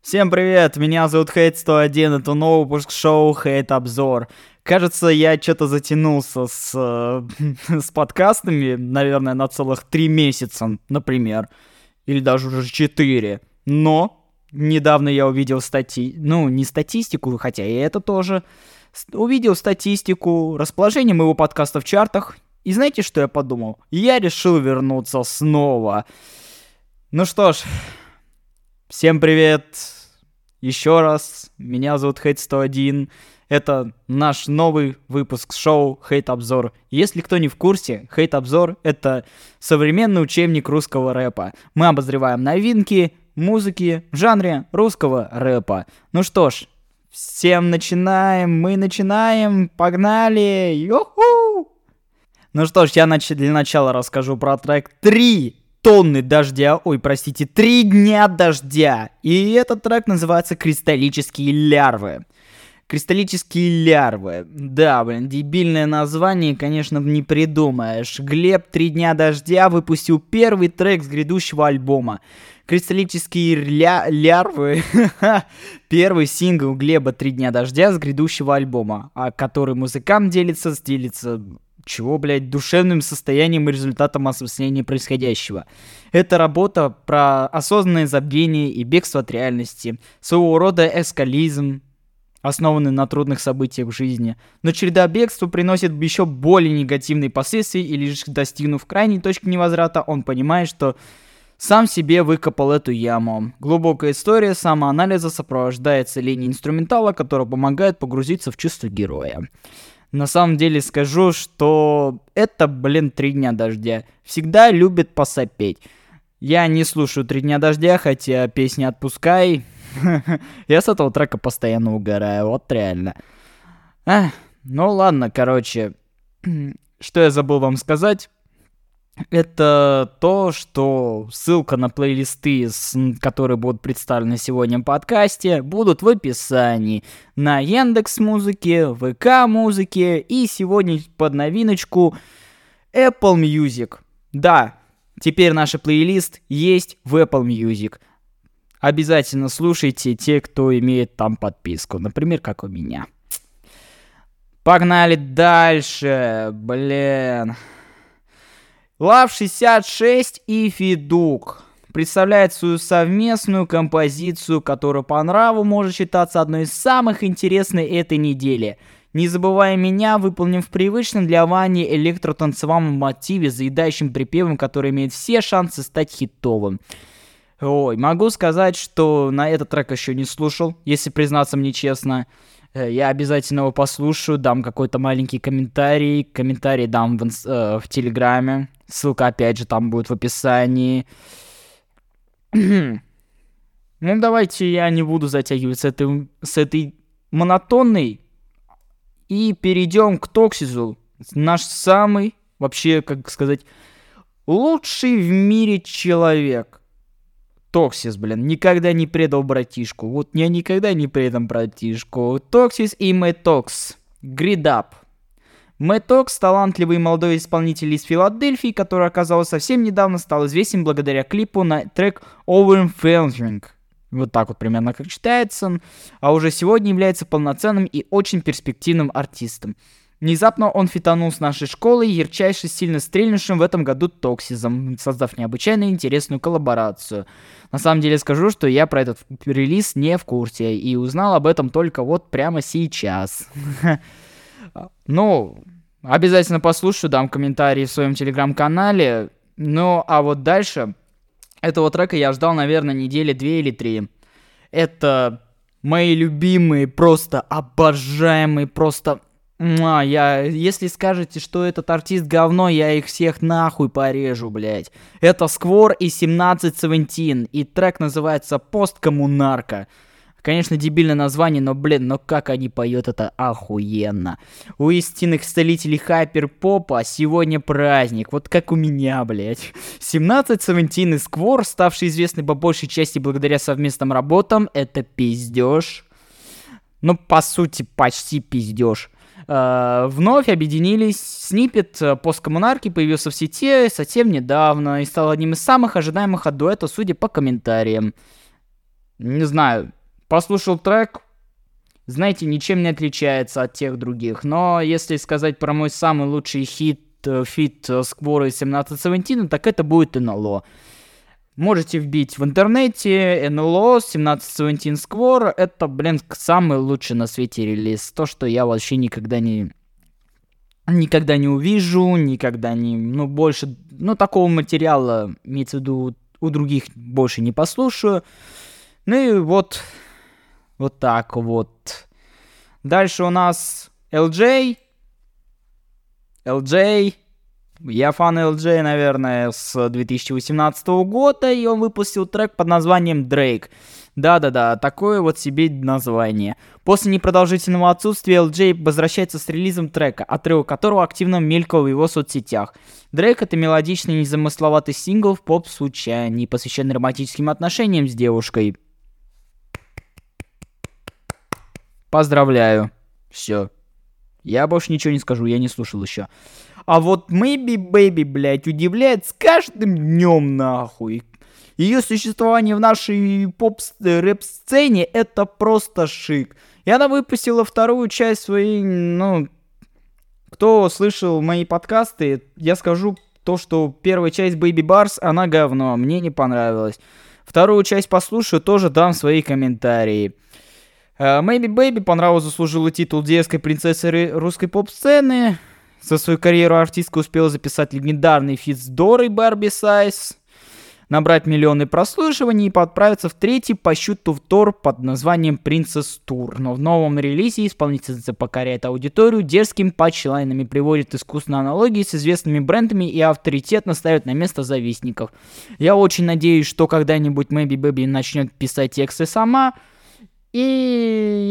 Всем привет, меня зовут Хейт101, это новый выпуск шоу Хейт Обзор. Кажется, я что-то затянулся с подкастами, наверное, на целых 3 месяца, например, или даже уже 4. Но недавно я увидел не статистику, хотя и это тоже. Увидел статистику расположения моего подкаста в чартах. И знаете, что я подумал? Я решил вернуться снова. Ну что ж, всем привет еще раз. Меня зовут Хейт101. Это наш новый выпуск шоу Хейт Обзор. Если кто не в курсе, Хейт Обзор — это современный учебник русского рэпа. Мы обозреваем новинки музыки в жанре русского рэпа. Ну что ж, всем мы начинаем, погнали, юху! Ну что ж, я для начала расскажу про трек 3 тонны дождя, 3 дня дождя. И этот трек называется «Кристаллические лярвы». Кристаллические лярвы. Да, дебильное название, конечно, не придумаешь. Глеб 3 дня дождя выпустил первый трек с грядущего альбома. Кристаллические лярвы. Первый сингл Глеба 3 дня дождя с грядущего альбома, о который музыкант делится душевным состоянием и результатом осмысления происходящего. Это работа про осознанное забвение и бегство от реальности, своего рода эскализм, основанный на трудных событиях в жизни. Но череда бегства приносит еще более негативные последствия, и лишь достигнув крайней точки невозврата, он понимает, что сам себе выкопал эту яму. Глубокая история самоанализа сопровождается линией инструментала, которая помогает погрузиться в чувство героя. На самом деле скажу, что это, 3 дня дождя. Всегда любит посопеть. Я не слушаю 3 дня дождя, хотя песня «Отпускай». Я с этого трека постоянно угораю, вот реально. Ну ладно, короче. Что я забыл вам сказать? Это то, что ссылка на плейлисты, которые будут представлены сегодня в подкасте, будут в описании. На Яндекс.Музыке, ВК.Музыке и сегодня под новиночку Apple Music. Да, теперь наш плейлист есть в Apple Music. Обязательно слушайте те, кто имеет там подписку. Например, как у меня. Погнали дальше, Лав 66 и Федук представляют свою совместную композицию, которая по нраву может считаться одной из самых интересных этой недели. «Не забывай меня» выполнен в привычном для Вани электротанцевом мотиве с заедающим припевом, который имеет все шансы стать хитовым. Могу сказать, что на этот трек еще не слушал, если признаться мне честно. Я обязательно его послушаю, дам какой-то маленький комментарий. Комментарий дам в Телеграме. Ссылка, опять же, там будет в описании. Давайте я не буду затягивать с этой монотонной. И перейдем к Токсизу. Наш самый, вообще, лучший в мире человек. Токсис, никогда не предал братишку. Вот я никогда не предам братишку. Токсис и Мэтокс. Grid Up. Мэтокс, талантливый молодой исполнитель из Филадельфии, который, оказалось, совсем недавно стал известен благодаря клипу на трек Overflowing. Вот так вот примерно как читается. А уже сегодня является полноценным и очень перспективным артистом. Внезапно он фитанул с нашей школой, ярчайше сильно стрельнувшим в этом году Токсизом, создав необычайно интересную коллаборацию. На самом деле скажу, что я про этот релиз не в курсе и узнал об этом только вот прямо сейчас. Обязательно послушаю, дам комментарии в своем телеграм-канале. А вот дальше этого трека я ждал, наверное, недели 2 или 3. Это мои любимые, просто обожаемые, если скажете, что этот артист говно, я их всех нахуй порежу, Это Сквор и 1717, и трек называется «Посткоммунарка». Конечно, дебильное название, но как они поют, это охуенно. У истинных столителей хайпер-попа сегодня праздник, вот как у меня, 1717 и Сквор, ставший известный по большей части благодаря совместным работам, это пиздеж. По сути, почти пиздеж. Вновь объединились. Сниппет посткоммунарки появился в сети совсем недавно и стал одним из самых ожидаемых от дуэта, судя по комментариям. Не знаю, послушал трек, знаете, ничем не отличается от тех других. Но если сказать про мой самый лучший фит Сквора и 1717, так это будет НЛО. Можете вбить в интернете НЛО 1717 Square. Это, самый лучший на свете релиз. То, что я вообще никогда не увижу, никогда не... больше... такого материала, имеется в виду, у других больше не послушаю. И вот так вот. Дальше у нас LJ. Я фан LJ, наверное, с 2018 года, и он выпустил трек под названием Drake. Да-да-да, такое вот себе название. После непродолжительного отсутствия LJ возвращается с релизом трека, отрывок которого активно мелькал в его соцсетях. Drake — это мелодичный, незамысловатый сингл в поп-звучании, посвященный романтическим отношениям с девушкой. Поздравляю. Все. Я больше ничего не скажу, я не слушал еще. А вот Maybe Baby, блядь, удивляет с каждым днем, нахуй. Ее существование в нашей поп-рэп-сцене — это просто шик. И она выпустила вторую часть своей, кто слышал мои подкасты, я скажу то, что первая часть Baby Bars, она говно, мне не понравилась. Вторую часть послушаю, тоже дам свои комментарии. Maybe Baby по нраву заслужила титул детской принцессы русской поп-сцены. За свою карьеру артистка успела записать легендарный фит с Дорой Барби Сайз, набрать миллионы прослушиваний и отправиться в третий по счету тур под названием Princess Tour. Но в новом релизе исполнительница покоряет аудиторию дерзким патчлайнами, приводит искусственные аналогии с известными брендами и авторитетно ставит на место завистников. Я очень надеюсь, что когда-нибудь Maybe Baby начнет писать тексты сама. И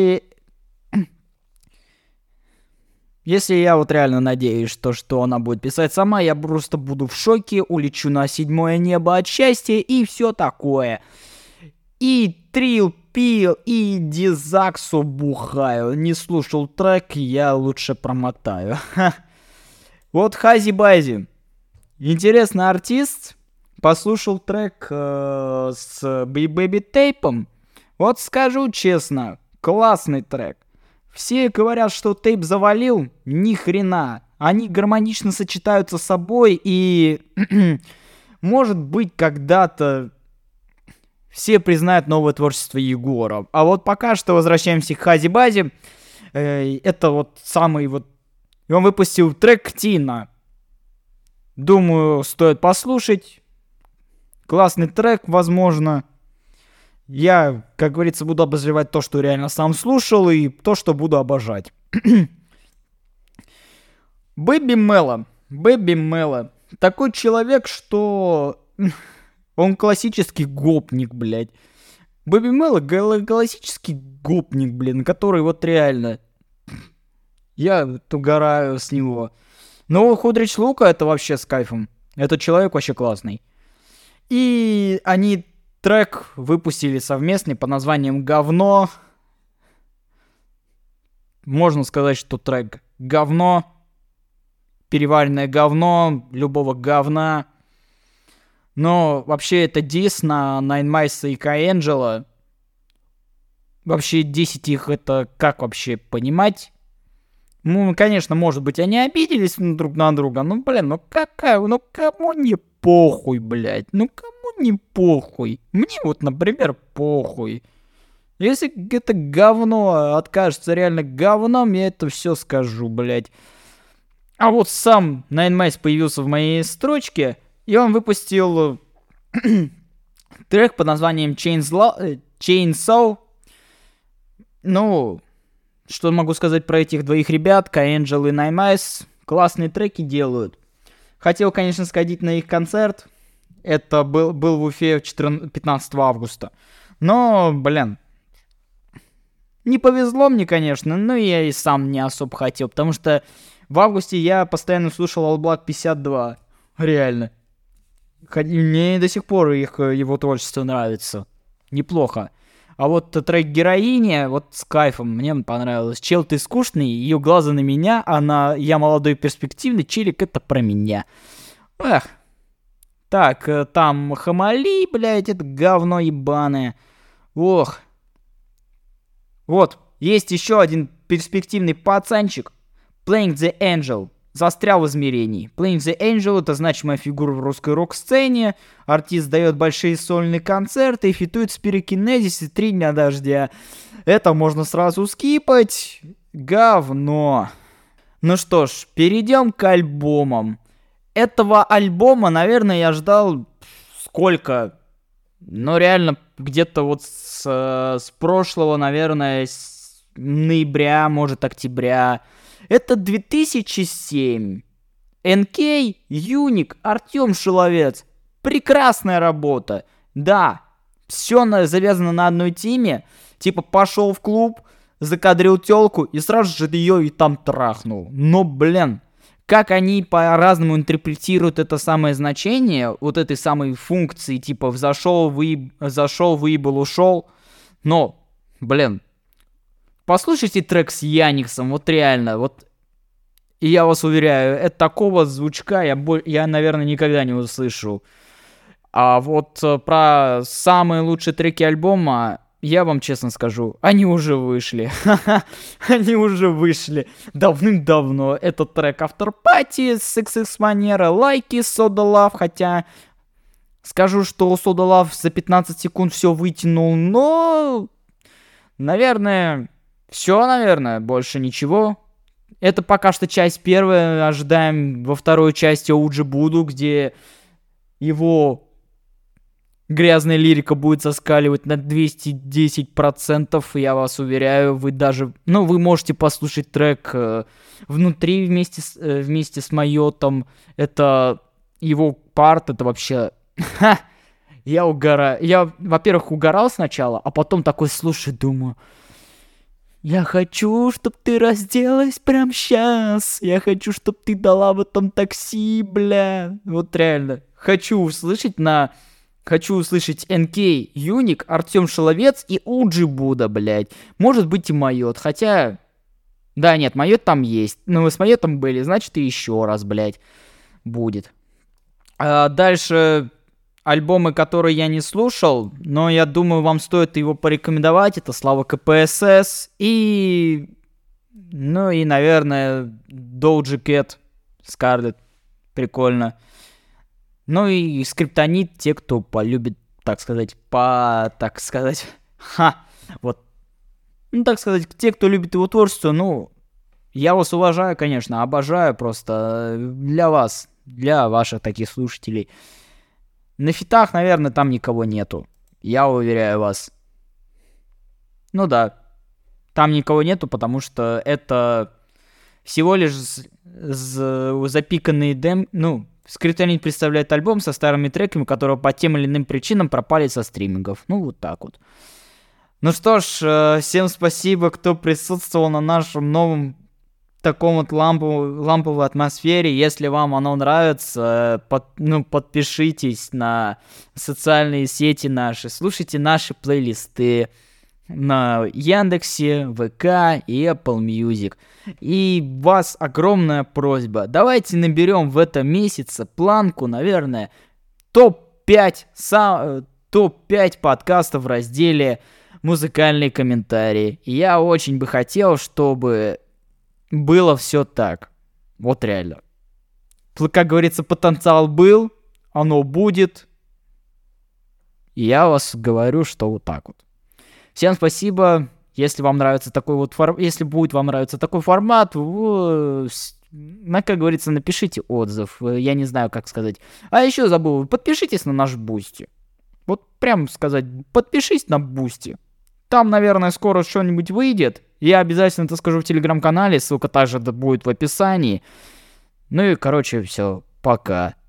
если я вот реально надеюсь, что она будет писать сама, я просто буду в шоке, улечу на 7-е небо от счастья и все такое. И Трил пил, и Дизаксу бухаю. Не слушал трек, я лучше промотаю. Вот Хази Бази. Интересный артист. Послушал трек с Baby Tape'ом. Вот скажу честно, классный трек. Все говорят, что тейп завалил, ни хрена. Они гармонично сочетаются с собой, и может быть когда-то все признают новое творчество Егора. А вот пока что возвращаемся к Хази Бази. Это вот самый вот... И он выпустил трек Тина. Думаю, стоит послушать. Классный трек, возможно. Я, как говорится, буду обозревать то, что реально сам слушал, и то, что буду обожать. Бэби Мело. Такой человек, что... Он классический гопник, блядь. Бэби Мело классический гопник, блин, который вот реально... Я угораю с него. Но Худрич Лука — это вообще с кайфом. Этот человек вообще классный. И они... Трек выпустили совместный под названием «Говно». Можно сказать, что трек «Говно», переваренное говно, любого говна. Но вообще это дис на Nine Mice и Каэнджело. Вообще 10 их это как вообще понимать? Конечно, может быть, они обиделись друг на друга. Ну, блин, кому не похуй, блядь? Кому не похуй? Мне вот, например, похуй. Если это говно откажется реально говном, я это все скажу, блядь. А вот сам Nine Mice появился в моей строчке, и он выпустил трек под названием Chainsaw. Что могу сказать про этих двоих ребят, Каэнджел и Nine Mice, классные треки делают. Хотел, конечно, сходить на их концерт. Это был в Уфе 15 августа. Но, не повезло мне, конечно, но я и сам не особо хотел, потому что в августе я постоянно слушал All Black 52. Реально. Мне до сих пор его творчество нравится. Неплохо. А вот трек «Героиня», вот с кайфом, мне понравилось. Чел, ты скучный, ее глаза на меня, я молодой перспективный, челик, это про меня. Так, там Хамали, блядь, это говно ебаное. Ох. Вот, есть еще один перспективный пацанчик. Playing the Angel. Застрял в измерении. Playing the Angel — это значимая фигура в русской рок-сцене. Артист дает большие сольные концерты и фитует с Pyrokinesis и 3 дня дождя. Это можно сразу скипать. Говно. Ну что ж, перейдем к альбомам. Этого альбома, наверное, я ждал сколько? Ну, реально, где-то вот с прошлого, наверное, с ноября, может, октября. Это 2007. НК, Юник, Артем Шиловец. Прекрасная работа. Да, все завязано на одной теме. Типа пошел в клуб, закадрил телку и сразу же ее и там трахнул. Но, блин, как они по-разному интерпретируют это самое значение, вот этой самой функции, типа зашел, выебал, ушел. Но, блин, послушайте трек с Яниксом, вот реально, вот. И я вас уверяю, это такого звучка я, наверное, никогда не услышу. А вот про самые лучшие треки альбома, я вам честно скажу, они уже вышли. Они уже вышли давным-давно. Это трек After Party с XX Манера, Лайки, Soda Love, хотя скажу, что Soda Love за 15 секунд все вытянул, но, наверное, больше ничего. Это пока что часть первая, ожидаем во второй части Оуджи Буду, где его грязная лирика будет заскаливать на 210%, я вас уверяю, вы можете послушать трек внутри вместе с Майотом, это его парт, это вообще... Я угораю. Я, во-первых, угорал сначала, а потом такой слушаю, думаю... Я хочу, чтоб ты разделась прям сейчас. Я хочу, чтоб ты дала в этом такси, бля. Вот реально. Хочу услышать НК, Юник, Артем Шиловец и Оуджи Буда, блядь. Может быть и Майот, хотя... Да, нет, Майот там есть. Ну, вы с Майотом были, значит и еще раз, блядь, будет. Дальше... Альбомы, которые я не слушал, но я думаю, вам стоит его порекомендовать. Это Слава КПСС и... Ну и, наверное, Doja Cat, Scarlet. Прикольно. Ну и Скриптонит, те, кто полюбит, вот. Ну, так сказать, те, кто любит его творчество, ну, я вас уважаю, конечно, обожаю просто для вас, для ваших таких слушателей. На фитах, наверное, там никого нету. Я уверяю вас. Ну да. Там никого нету, потому что это всего лишь запиканный Скриптонит представляет альбом со старыми треками, которые по тем или иным причинам пропали со стримингов. Ну, вот так вот. Ну что ж, всем спасибо, кто присутствовал на нашем новом таком вот ламповой атмосфере. Если вам оно нравится, подпишитесь на социальные сети наши, слушайте наши плейлисты на Яндексе, ВК и Apple Music. И вас огромная просьба, давайте наберем в этом месяце планку, наверное, топ-5 подкастов в разделе «Музыкальные комментарии». И я очень бы хотел, чтобы было все так. Вот реально. Как говорится, потенциал был, оно будет. И я вас говорю, что вот так вот. Всем спасибо. Если вам нравится такой вот если будет вам нравиться такой формат, как говорится, напишите отзыв. Я не знаю, как сказать. А еще забыл, подпишитесь на наш Бусти. Вот прям сказать, подпишись на Бусти. Там, наверное, скоро что-нибудь выйдет. Я обязательно это скажу в телеграм-канале. Ссылка также будет в описании. Ну и, короче, все. Пока.